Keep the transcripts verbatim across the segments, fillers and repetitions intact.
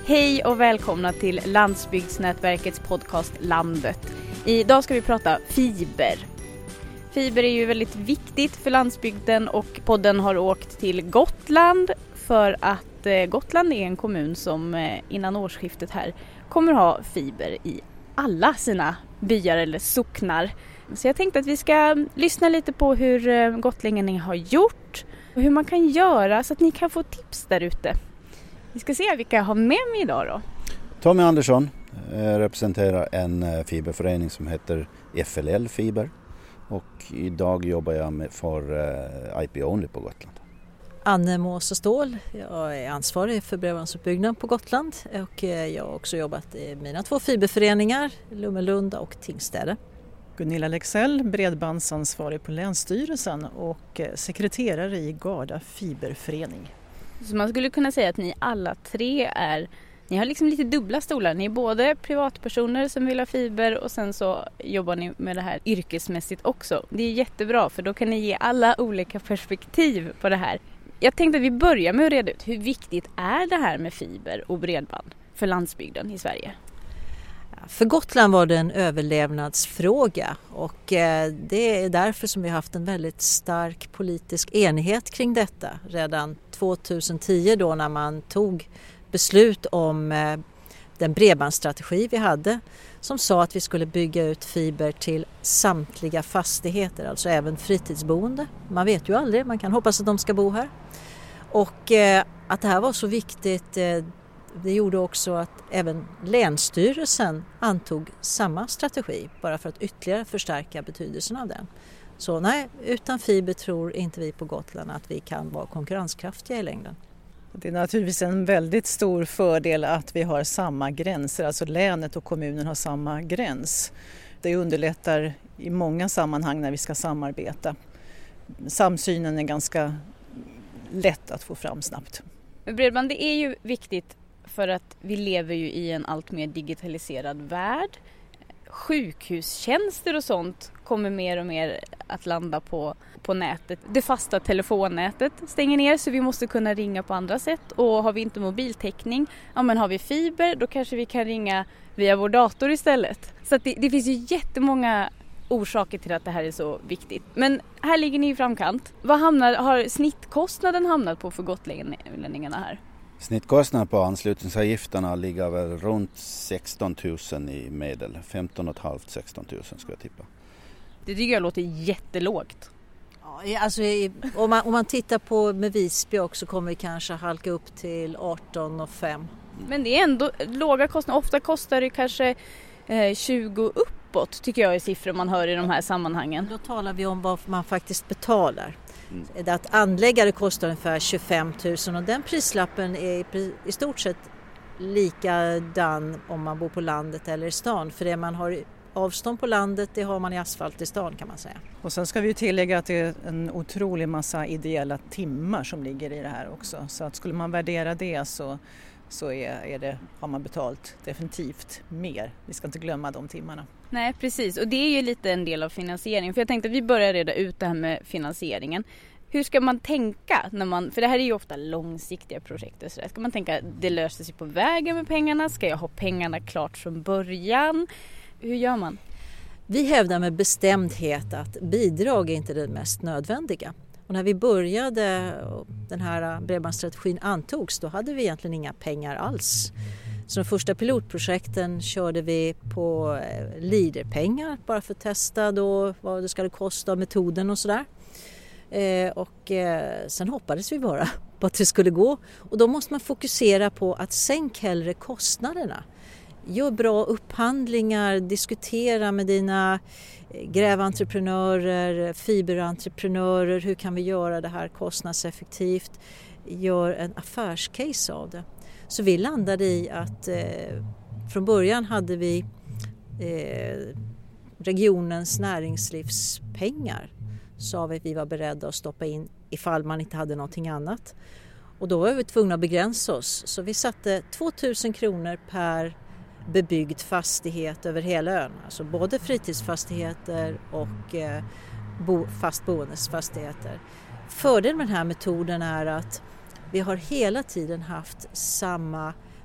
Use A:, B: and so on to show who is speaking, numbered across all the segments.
A: Hej och välkomna till Landsbygdsnätverkets podcast Landet. Idag ska vi prata fiber. Fiber är ju väldigt viktigt för landsbygden och podden har åkt till Gotland för att Gotland är en kommun som innan årsskiftet här kommer ha fiber i alla sina byar eller socknar. Så jag tänkte att vi ska lyssna lite på hur gotlänningarna har gjort och hur man kan göra så att ni kan få tips där ute. Vi ska se vilka jag har med mig idag då.
B: Tommy Andersson representerar en fiberförening som heter F L L Fiber och idag jobbar jag med för I P Only på Gotland.
C: Anne Måse Ståhl, jag är ansvarig för bredbandsutbyggnad på Gotland och jag har också jobbat i mina två fiberföreningar, Lummelunda och Tingstäde.
D: Gunilla Lexell, bredbandsansvarig på Länsstyrelsen och sekreterare i Garda fiberförening.
A: Så man skulle kunna säga att ni alla tre är, ni har liksom lite dubbla stolar. Ni är både privatpersoner som vill ha fiber och sen så jobbar ni med det här yrkesmässigt också. Det är jättebra för då kan ni ge alla olika perspektiv på det här. Jag tänkte att vi börjar med att reda ut hur viktigt är det här med fiber och bredband för landsbygden i Sverige?
C: För Gotland var det en överlevnadsfråga och det är därför som vi har haft en väldigt stark politisk enighet kring detta. Redan tjugohundratio då när man tog beslut om den bredbandsstrategi vi hade som sa att vi skulle bygga ut fiber till samtliga fastigheter, alltså även fritidsboende. Man vet ju aldrig, man kan hoppas att de ska bo här. Och att det här var så viktigt, det gjorde också att även Länsstyrelsen antog samma strategi bara för att ytterligare förstärka betydelsen av den. Så nej, utan fiber tror inte vi på Gotland att vi kan vara konkurrenskraftiga i längden.
D: Det är naturligtvis en väldigt stor fördel att vi har samma gränser, alltså länet och kommunen har samma gräns. Det underlättar i många sammanhang när vi ska samarbeta. Samsynen är ganska lätt att få fram snabbt.
A: Bredband det är ju viktigt för att vi lever ju i en allt mer digitaliserad värld. Sjukhustjänster och sånt kommer mer och mer att landa på, på nätet. Det fasta telefonnätet stänger ner så vi måste kunna ringa på andra sätt. Och har vi inte mobiltäckning, ja men har vi fiber då kanske vi kan ringa via vår dator istället. Så att det, det finns ju jättemånga orsaker till att det här är så viktigt. Men här ligger ni i framkant. Vad hamnar, har snittkostnaden hamnat på för gotlänningarna här?
B: Snittkostnaden på anslutningsavgifterna ligger väl runt sexton tusen i medel. femton och ett halvt till sexton tusen ska jag tippa.
A: Det tycker jag låter jättelågt.
C: Ja, alltså, om, man, om man tittar på med Visby också kommer vi kanske halka upp till arton och fem.
A: Men det är ändå låga kostnader. Ofta kostar det kanske eh, tjugo uppåt tycker jag är siffror man hör i de här sammanhangen.
C: Då talar vi om vad man faktiskt betalar. Mm. Att anläggare kostar ungefär tjugofem tusen och den prislappen är i stort sett likadan om man bor på landet eller i stan. För det man har avstånd på landet det har man i asfalt i stan kan man säga.
D: Och sen ska vi ju tillägga att det är en otrolig massa ideella timmar som ligger i det här också. Så att skulle man värdera det så, så är, är det, har man betalt definitivt mer. Vi ska inte glömma de timmarna.
A: Nej, precis. Och det är ju lite en del av finansieringen. För jag tänkte att vi börjar reda ut det här med finansieringen. Hur ska man tänka när man, för det här är ju ofta långsiktiga projekt. Så ska man tänka det löser sig på vägen med pengarna? Ska jag ha pengarna klart från början? Hur gör man?
C: Vi hävdar med bestämdhet att bidrag är inte det mest nödvändiga. Och när vi började och den här bredbandsstrategin antogs då hade vi egentligen inga pengar alls. Så de första pilotprojekten körde vi på Leader-pengar bara för att testa då vad det skulle kosta, metoden och sådär. Eh, och eh, sen hoppades vi bara på att det skulle gå. Och då måste man fokusera på att sänka hellre kostnaderna. Gör bra upphandlingar, diskutera med dina gräventreprenörer, fiberentreprenörer. Hur kan vi göra det här kostnadseffektivt? Gör en affärscase av det. Så vi landade i att eh, från början hade vi eh, regionens näringslivspengar. Sa vi att vi var beredda att stoppa in ifall man inte hade någonting annat. Och då var vi tvungna att begränsa oss. Så vi satte tvåtusen kronor per bebyggd fastighet över hela ön. Alltså både fritidsfastigheter och eh, bo, fastboendesfastigheter. Fördelen med den här metoden är att vi har hela tiden haft samma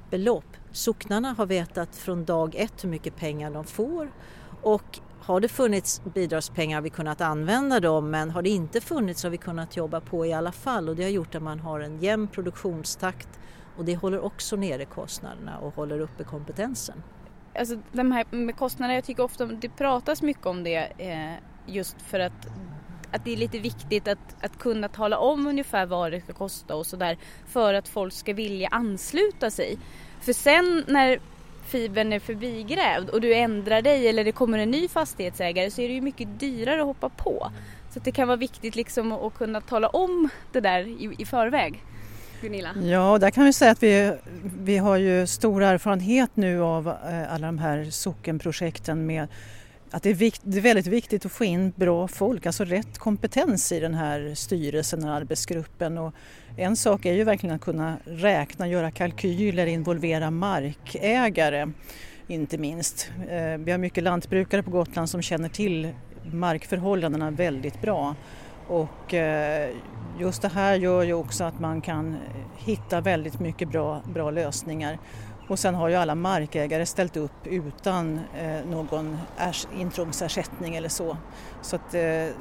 C: belopp. Socknarna har vetat från dag ett hur mycket pengar de får, och har det funnits bidragspengar har vi kunnat använda dem, men har det inte funnits har vi kunnat jobba på i alla fall, och det har gjort att man har en jämn produktionstakt, och det håller också nere kostnaderna och håller uppe kompetensen.
A: Alltså de här med kostnader, jag tycker ofta det pratas mycket om det eh, just för att, att det är lite viktigt att, att kunna tala om ungefär vad det ska kosta och sådär, för att folk ska vilja ansluta sig. För sen när fibern är förbigrävd och du ändrar dig eller det kommer en ny fastighetsägare, så är det ju mycket dyrare att hoppa på. Så att det kan vara viktigt liksom att kunna tala om det där i, i förväg. Gunilla?
D: Ja, där kan vi säga att vi, vi har ju stor erfarenhet nu av eh, alla de här sockenprojekten med att det är, vikt, det är väldigt viktigt att få in bra folk, alltså rätt kompetens i den här styrelsen och arbetsgruppen. Och en sak är ju verkligen att kunna räkna, göra kalkyler, involvera markägare inte minst. Eh, vi har mycket lantbrukare på Gotland som känner till markförhållandena väldigt bra. Och just det här gör ju också att man kan hitta väldigt mycket bra, bra lösningar. Och sen har ju alla markägare ställt upp utan någon intrångsersättning eller så. Så att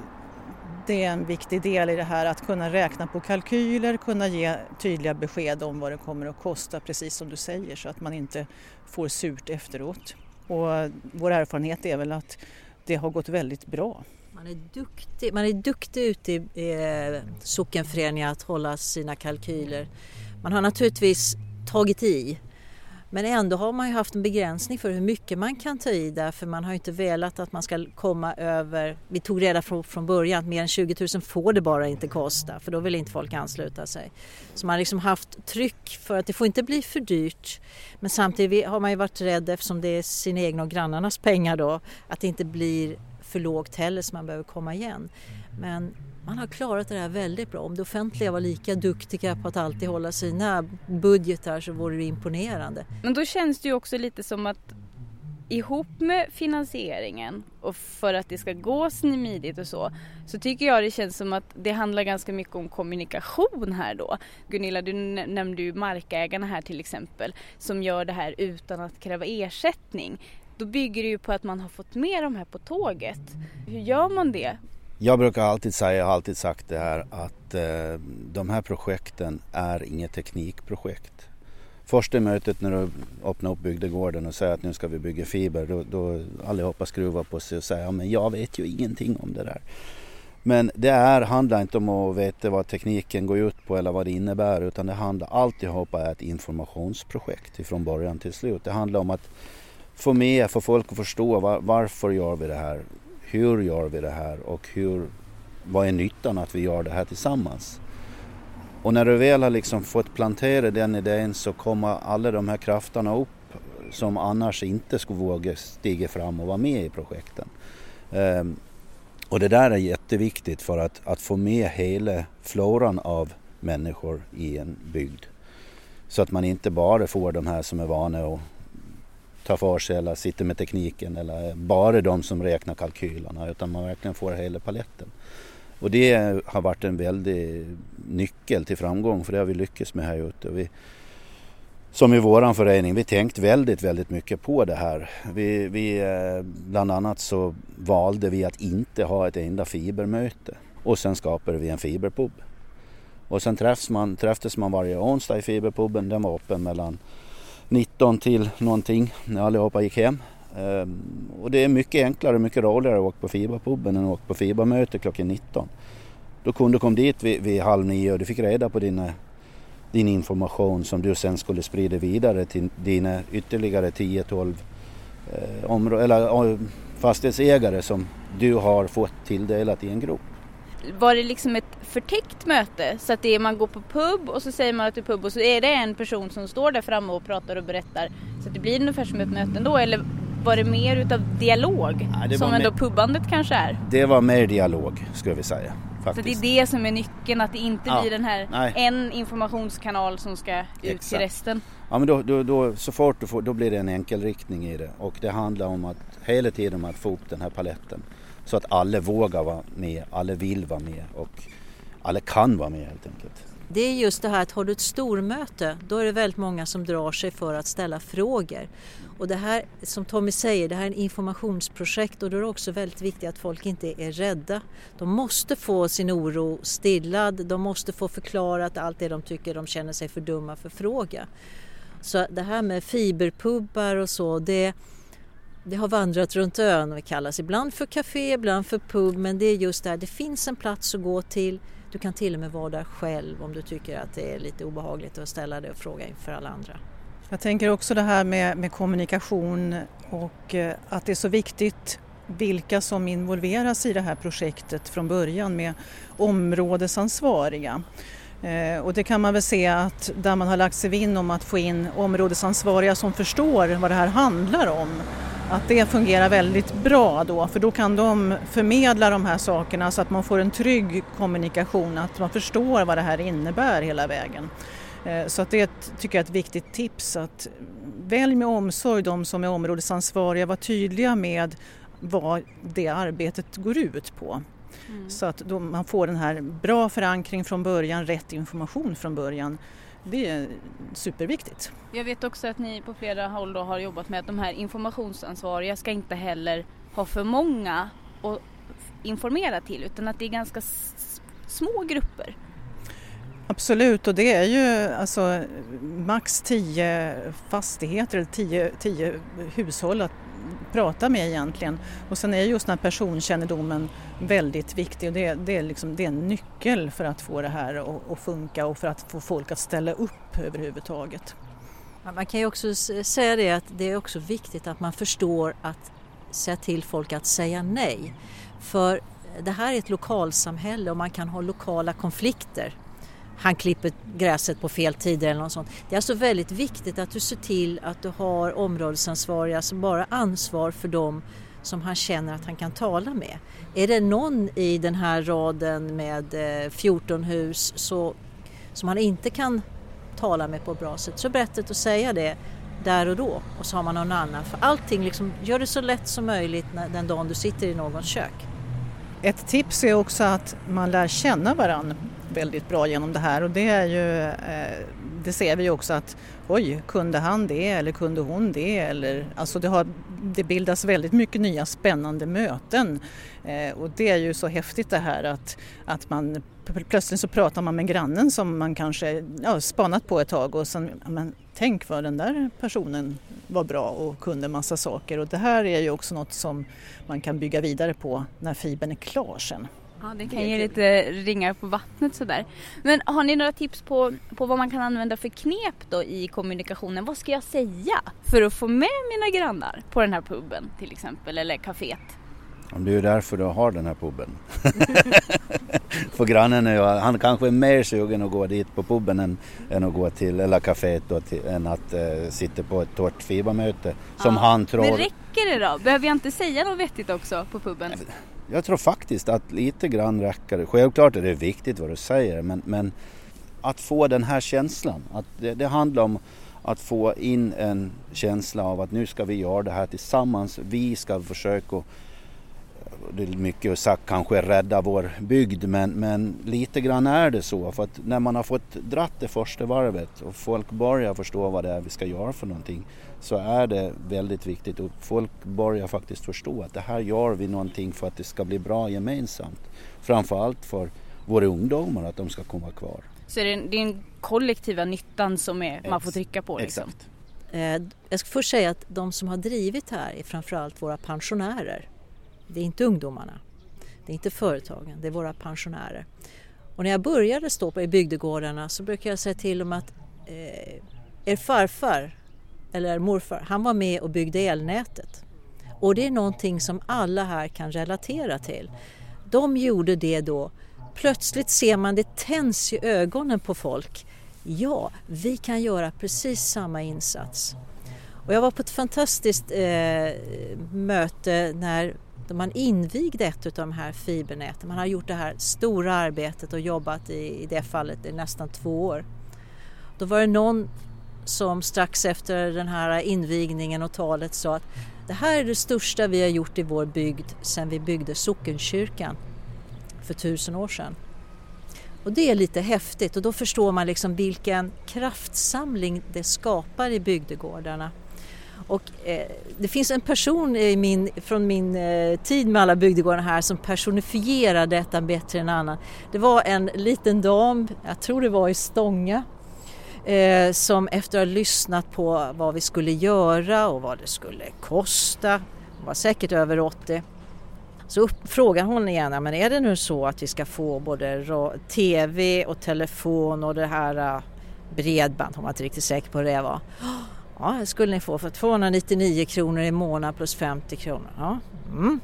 D: det är en viktig del i det här, att kunna räkna på kalkyler, kunna ge tydliga besked om vad det kommer att kosta, precis som du säger, så att man inte får surt efteråt. Och vår erfarenhet är väl att det har gått väldigt bra.
C: Man är duktig, man är duktig ute i eh, sockenföreningar att hålla sina kalkyler. Man har naturligtvis tagit i, men ändå har man ju haft en begränsning för hur mycket man kan ta i, därför man har inte velat att man ska komma över, vi tog reda från, från början att mer än tjugo tusen får det bara inte kosta, för då vill inte folk ansluta sig. Så man har liksom haft tryck för att det får inte bli för dyrt, men samtidigt har man ju varit rädd, eftersom det är sina egna och grannarnas pengar då, att det inte blir för lågt heller så man behöver komma igen. Men man har klarat det här väldigt bra. Om det offentliga var lika duktiga på att alltid hålla sina budgetar, så vore det imponerande.
A: Men då känns det ju också lite som att ihop med finansieringen och för att det ska gå smidigt och så, så tycker jag det känns som att det handlar ganska mycket om kommunikation här då. Gunilla, du nämnde ju markägarna här till exempel, som gör det här utan att kräva ersättning. Då bygger det ju på att man har fått med de här på tåget. Hur gör man det? Jag
B: brukar alltid säga, jag har alltid sagt det här, att eh, de här projekten är inget teknikprojekt. Första mötet när du öppnar upp bygdegården och säger att nu ska vi bygga fiber, då, då allihopa skruvar på sig och säger ja, men jag vet ju ingenting om det där. Men det är, handlar inte om att veta vad tekniken går ut på eller vad det innebär, utan det handlar alltihopa är ett informationsprojekt från början till slut. Det handlar om att få med, få folk att förstå var, varför gör vi det här, hur gör vi det här och hur, vad är nyttan att vi gör det här tillsammans. Och när du väl har liksom fått plantera den idén, så kommer alla de här krafterna upp som annars inte skulle våga stiga fram och vara med i projekten. Um, och det där är jätteviktigt för att, att få med hela floran av människor i en bygd. Så att man inte bara får de här som är vana att ta för sig eller sitter med tekniken, eller bara de som räknar kalkylerna, utan man verkligen får hela paletten. Och det har varit en väldig nyckel till framgång, för det har vi lyckats med här ute. Vi, som i våran förening, vi tänkt väldigt, väldigt mycket på det här. Vi, vi, bland annat så valde vi att inte ha ett enda fibermöte, och sen skapade vi en fiberpub. Och sen träffs man, träffades man varje onsdag i fiberpubben. Den var öppen mellan nitton till någonting när allihopa gick hem. Um, och det är mycket enklare och mycket roligare att åka på fiberpubben än att åka på fibermöte klockan nitton. Då kunde du komma dit vid, vid halv nio och du fick reda på dina, din information som du sen skulle sprida vidare till dina ytterligare tio tolv eh, områ- eller, eh, fastighetsägare som du har fått tilldelat i en grupp.
A: Var det liksom ett förtäckt möte, så att det är, man går på pub och så säger man att det är pub och så är det en person som står där framme och pratar och berättar, så att det blir ungefär som ett möte ändå, eller var det mer utav dialog, ja, som ändå mer, pubbandet kanske är?
B: Det var mer dialog, skulle vi säga. Faktiskt.
A: Så det är det som är nyckeln, att det inte
B: ja,
A: blir den här
B: nej.
A: en informationskanal som ska ut Exakt. Till resten.
B: Ja, men då, då, då, så fort du får, då blir det en enkel riktning i det, och det handlar om att hela tiden att få upp den här paletten. Så att alla vågar vara med, alla vill vara med och alla kan vara med helt enkelt.
C: det är just det här att har du ett stormöte, då är det väldigt många som drar sig för att ställa frågor. Och det här, som Tommy säger, det här är en informationsprojekt och då är det också väldigt viktigt att folk inte är rädda. De måste få sin oro stillad, de måste få förklarat allt det de tycker de känner sig för dumma för fråga. Så det här med fiberpubbar och så, det, det har vandrat runt ön och det kallas ibland för café, ibland för pub, men det är just där, det finns en plats att gå till. Du kan till och med vara där själv om du tycker att det är lite obehagligt att ställa dig och fråga inför alla andra.
D: Jag tänker också det här med, med kommunikation och eh, att det är så viktigt vilka som involveras i det här projektet från början med områdesansvariga. Eh, och det kan man väl se att där man har lagt sig vinn om att få in områdesansvariga som förstår vad det här handlar om. Att det fungerar väldigt bra då, för då kan de förmedla de här sakerna så att man får en trygg kommunikation, att man förstår vad det här innebär hela vägen. Så att det tycker jag är ett viktigt tips, att välj med omsorg de som är områdesansvariga, var tydliga med vad det arbetet går ut på. Mm. Så att då man får den här bra förankring från början, rätt information från början. Det är superviktigt.
A: Jag vet också att ni på flera håll då har jobbat med att de här informationsansvariga ska inte heller ha för många att informera till, utan att det är ganska s- små grupper.
D: Absolut, och det är ju alltså max tio fastigheter eller tio, tio hushåll att prata med egentligen. Och sen är just den här personkännedomen väldigt viktig och det, det, är liksom, det är en nyckel för att få det här att, att funka och för att få folk att ställa upp överhuvudtaget.
C: Man kan ju också säga det att det är också viktigt att man förstår att säga till folk att säga nej. För det här är ett lokalsamhälle och man kan ha lokala konflikter. Han klipper gräset på fel tider eller något sånt. Det är alltså väldigt viktigt att du ser till att du har områdesansvariga som bara ansvar för dem som han känner att han kan tala med. Är det någon i den här raden med fjorton hus så, som han inte kan tala med på ett bra sätt, så berättat att säga det där och då. Och så har man någon annan. För allting liksom, gör det så lätt som möjligt när, den dagen du sitter i någons kök.
D: Ett tips är också att man lär känna varann väldigt bra genom det här, och det är ju, eh, det ser vi ju också att oj, kunde han det eller kunde hon det, eller alltså det har, det bildas väldigt mycket nya spännande möten eh, och det är ju så häftigt det här att, att man plötsligt så pratar man med grannen som man kanske ja, spanat på ett tag och sen, men tänk vad den där personen var bra och kunde massa saker, och det här är ju också något som man kan bygga vidare på när fibern är klar sen.
A: Ja, det kan ge lite ringar på vattnet sådär. Men har ni några tips på, på vad man kan använda för knep då i kommunikationen? Vad ska jag säga för att få med mina grannar på den här puben till exempel, eller kaféet?
B: Det är ju därför du har den här puben. För grannen är ju, han kanske är mer sugen att gå dit på puben än, än att gå till, eller kaféet då, till, än att uh, sitta på ett torrt fibermöte som ja, han tror.
A: Men räcker det då? Behöver jag inte säga något vettigt också på puben?
B: Jag tror faktiskt att lite grann räcker det. Självklart är det viktigt vad du säger, men, men att få den här känslan. Att det, det handlar om att få in en känsla av att nu ska vi göra det här tillsammans. Vi ska försöka, det är mycket sagt, kanske rädda vår bygd, men, men lite grann är det så. För att när man har fått dratt det första varvet och folk börjar förstå vad det är vi ska göra för någonting, så är det väldigt viktigt och folk börjar faktiskt förstå att det här gör vi någonting för att det ska bli bra gemensamt. Framförallt för våra ungdomar, att de ska komma kvar.
A: Så det är den kollektiva nyttan som är, man får trycka på liksom.
B: Exakt.
C: Jag ska först säga att de som har drivit här är framförallt våra pensionärer. Det är inte ungdomarna, det är inte företagen, det är våra pensionärer. Och när jag började stå på i bygdegårdarna så brukar jag säga till dem att eh, er farfar eller morfar, han var med och byggde elnätet. Och det är någonting som alla här kan relatera till. De gjorde det då. Plötsligt ser man det tänds i ögonen på folk. Ja, vi kan göra precis samma insats. Och jag var på ett fantastiskt eh, möte när man invigde ett av de här fibernäten. Man har gjort det här stora arbetet och jobbat i, i det fallet i nästan två år. Då var det någon som strax efter den här invigningen och talet sa att det här är det största vi har gjort i vår bygd sedan vi byggde sockenkyrkan för tusen år sedan. Och det är lite häftigt och då förstår man liksom vilken kraftsamling det skapar i bygdegårdarna. Och eh, det finns en person i min, från min eh, tid med alla bygdegårdar här som personifierar detta bättre än annan. Det var en liten dam, jag tror det var i Stånga, eh, som efter att ha lyssnat på vad vi skulle göra och vad det skulle kosta, hon var säkert över åttio, så upp, frågar hon igen, men är det nu så att vi ska få både tv och telefon och det här uh, bredband, hon var inte riktigt säker på hur det var. Ja, det skulle ni få för tvåhundranittionio kronor i månad plus femtio kronor. Ja. Mm.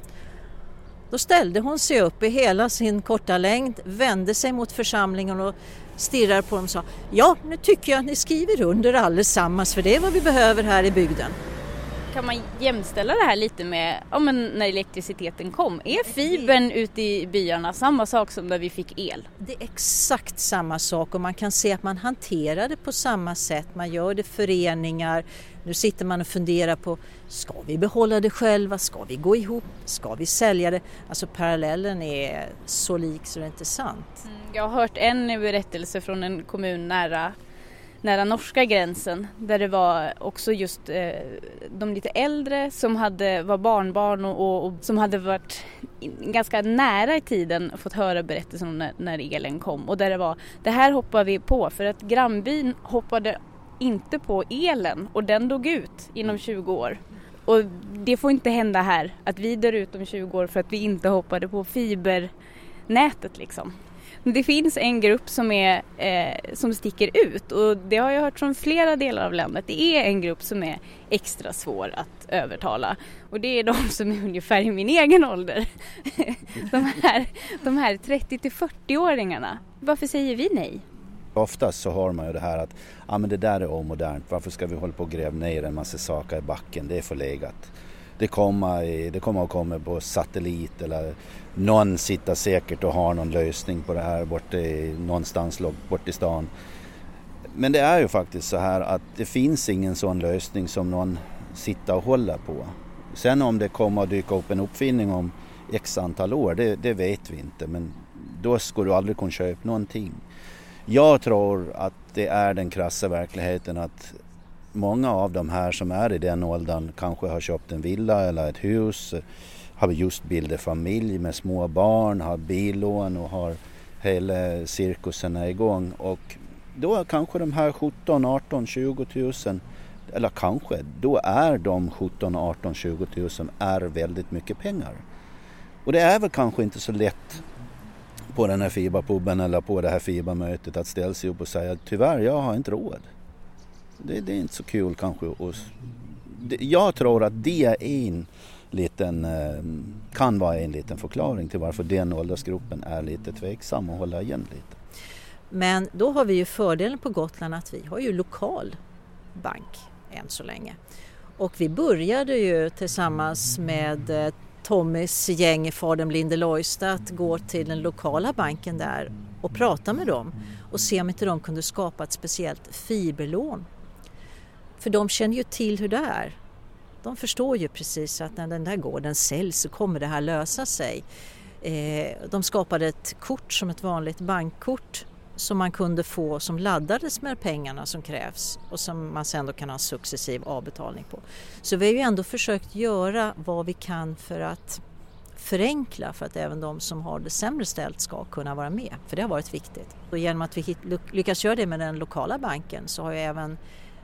C: Då ställde hon sig upp i hela sin korta längd, vände sig mot församlingen och stirrade på dem och sa: ja, nu tycker jag att ni skriver under allesammans för det är vad vi behöver här i bygden.
A: Kan man jämställa det här lite med ja, men när elektriciteten kom? Är fibern ute i byarna samma sak som när vi fick el?
C: Det är exakt samma sak och man kan se att man hanterar det på samma sätt. Man gör det föreningar. Nu sitter man och funderar på, ska vi behålla det själva? Ska vi gå ihop? Ska vi sälja det? Alltså parallellen är så lik så det är inte sant.
A: Mm, jag har hört en berättelse från en kommun nära nära norska gränsen där det var också just eh, de lite äldre som hade, var barnbarn och, och, och som hade varit ganska nära i tiden fått höra berättelsen om när, när elen kom och där det var, det här hoppar vi på för att grannbyn hoppade inte på elen och den dog ut inom tjugo år. Och det får inte hända här att vi dör ut om tjugo år för att vi inte hoppade på fibernätet liksom. Det finns en grupp som, är, eh, som sticker ut och det har jag hört från flera delar av landet. Det är en grupp som är extra svår att övertala och det är de som är ungefär i min egen ålder. de här, de här trettio till fyrtio-åringarna. Varför säger vi nej?
B: Oftast så har man ju det här att ah, men det där är omodernt. Varför ska vi hålla på och gräva ner en massa saker i backen? Det är förlegat. Det kommer, det kommer att komma på satellit eller någon sitter säkert och har någon lösning på det här borta i, någonstans bort i stan. Men det är ju faktiskt så här att det finns ingen sån lösning som någon sitter och håller på. Sen om det kommer att dyka upp en uppfinning om x antal år, det, det vet vi inte. Men då ska du aldrig kunna köpa någonting. Jag tror att det är den krassa verkligheten att många av de här som är i den åldern kanske har köpt en villa eller ett hus, har just bildat familj med små barn, har billån och har hela cirkusen igång. Och då kanske de här sjutton, arton, tjugo tusen, eller kanske, då är de sjutton, arton, tjugo tusen är väldigt mycket pengar. Och det är väl kanske inte så lätt på den här fiberpubben eller på det här fibermötet att ställa sig upp och säga tyvärr, jag har inte råd. Det, det är inte så kul kanske. Och det, jag tror att det är en liten, kan vara en liten förklaring till varför den åldersgruppen är lite tveksam och håller igen lite.
C: Men då har vi ju fördelen på Gotland att vi har ju lokal bank än så länge. Och vi började ju tillsammans med Tommys gäng i Fadern Blinde Lojsta att gå till den lokala banken där och prata med dem och se om inte de kunde skapa ett speciellt fiberlån. För de känner ju till hur det är. De förstår ju precis att när den där gården säljs så kommer det här lösa sig. De skapade ett kort som ett vanligt bankkort som man kunde få som laddades med pengarna som krävs och som man sen då kan ha successiv avbetalning på. Så vi har ju ändå försökt göra vad vi kan för att förenkla för att även de som har det sämre ställt ska kunna vara med. För det har varit viktigt. Och genom att vi lyckas göra det med den lokala banken så har ju även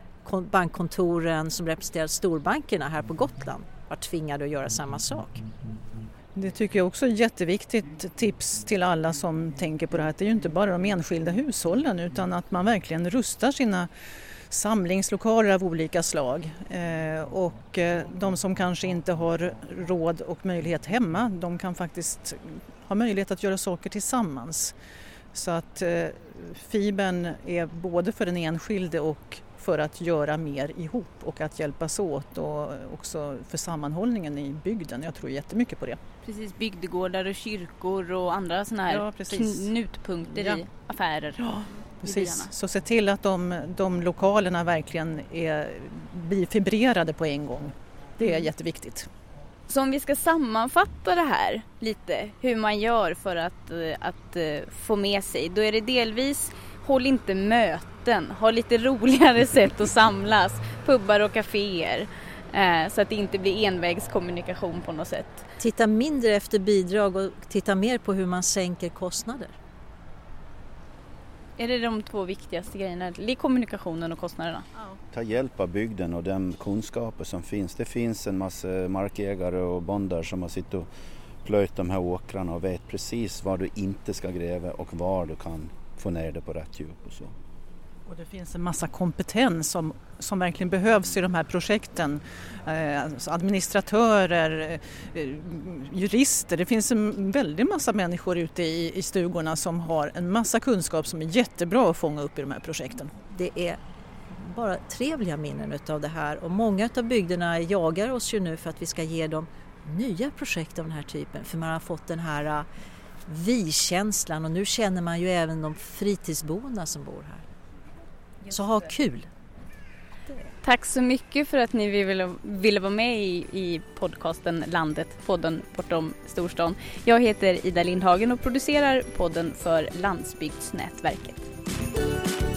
C: bankkontoren som representerar storbankerna här på Gotland varit tvingade att göra samma sak.
D: Det tycker jag också är ett jätteviktigt tips till alla som tänker på det här. Det är ju inte bara de enskilda hushållen utan att man verkligen rustar sina samlingslokaler av olika slag. Eh, och eh, de som kanske inte har råd och möjlighet hemma, de kan faktiskt ha möjlighet att göra saker tillsammans. Så att eh, fibern är både för den enskilde och för att göra mer ihop och att hjälpas åt och också för sammanhållningen i bygden. Jag tror jättemycket på det.
A: Precis, bygdegårdar och kyrkor och andra sådana här
D: ja,
A: knutpunkter ja. i affärer.
D: Ja, precis. Så se till att de, de lokalerna verkligen är, blir fibrerade på en gång. Det är mm. jätteviktigt.
A: Så om vi ska sammanfatta det här lite, hur man gör för att, att få med sig, då är det delvis håll inte möten, ha lite roligare sätt att samlas, pubbar och kaféer, så att det inte blir envägskommunikation på något sätt.
C: Titta mindre efter bidrag och titta mer på hur man sänker kostnader.
A: Är det de två viktigaste grejerna? Det är kommunikationen och kostnaderna.
B: Ta hjälp av bygden och den kunskaper som finns. Det finns en massa markägare och bönder som har suttit och plöjt de här åkrarna och vet precis var du inte ska gräva och var du kan få ner det på rätt djup och så.
D: Och det finns en massa kompetens som, som verkligen behövs i de här projekten. Eh, alltså administratörer, eh, jurister. Det finns en väldig massa människor ute i, i stugorna som har en massa kunskap som är jättebra att fånga upp i de här projekten.
C: Det är bara trevliga minnen av det här och många av bygderna jagar oss ju nu för att vi ska ge dem nya projekt av den här typen. För man har fått den här vi-känslan och nu känner man ju även de fritidsboende som bor här. Så ha kul!
A: Tack så mycket för att ni ville, ville vara med i, i podcasten Landet, podden bortom storstan. Jag heter Ida Lindhagen och producerar podden för Landsbygdsnätverket.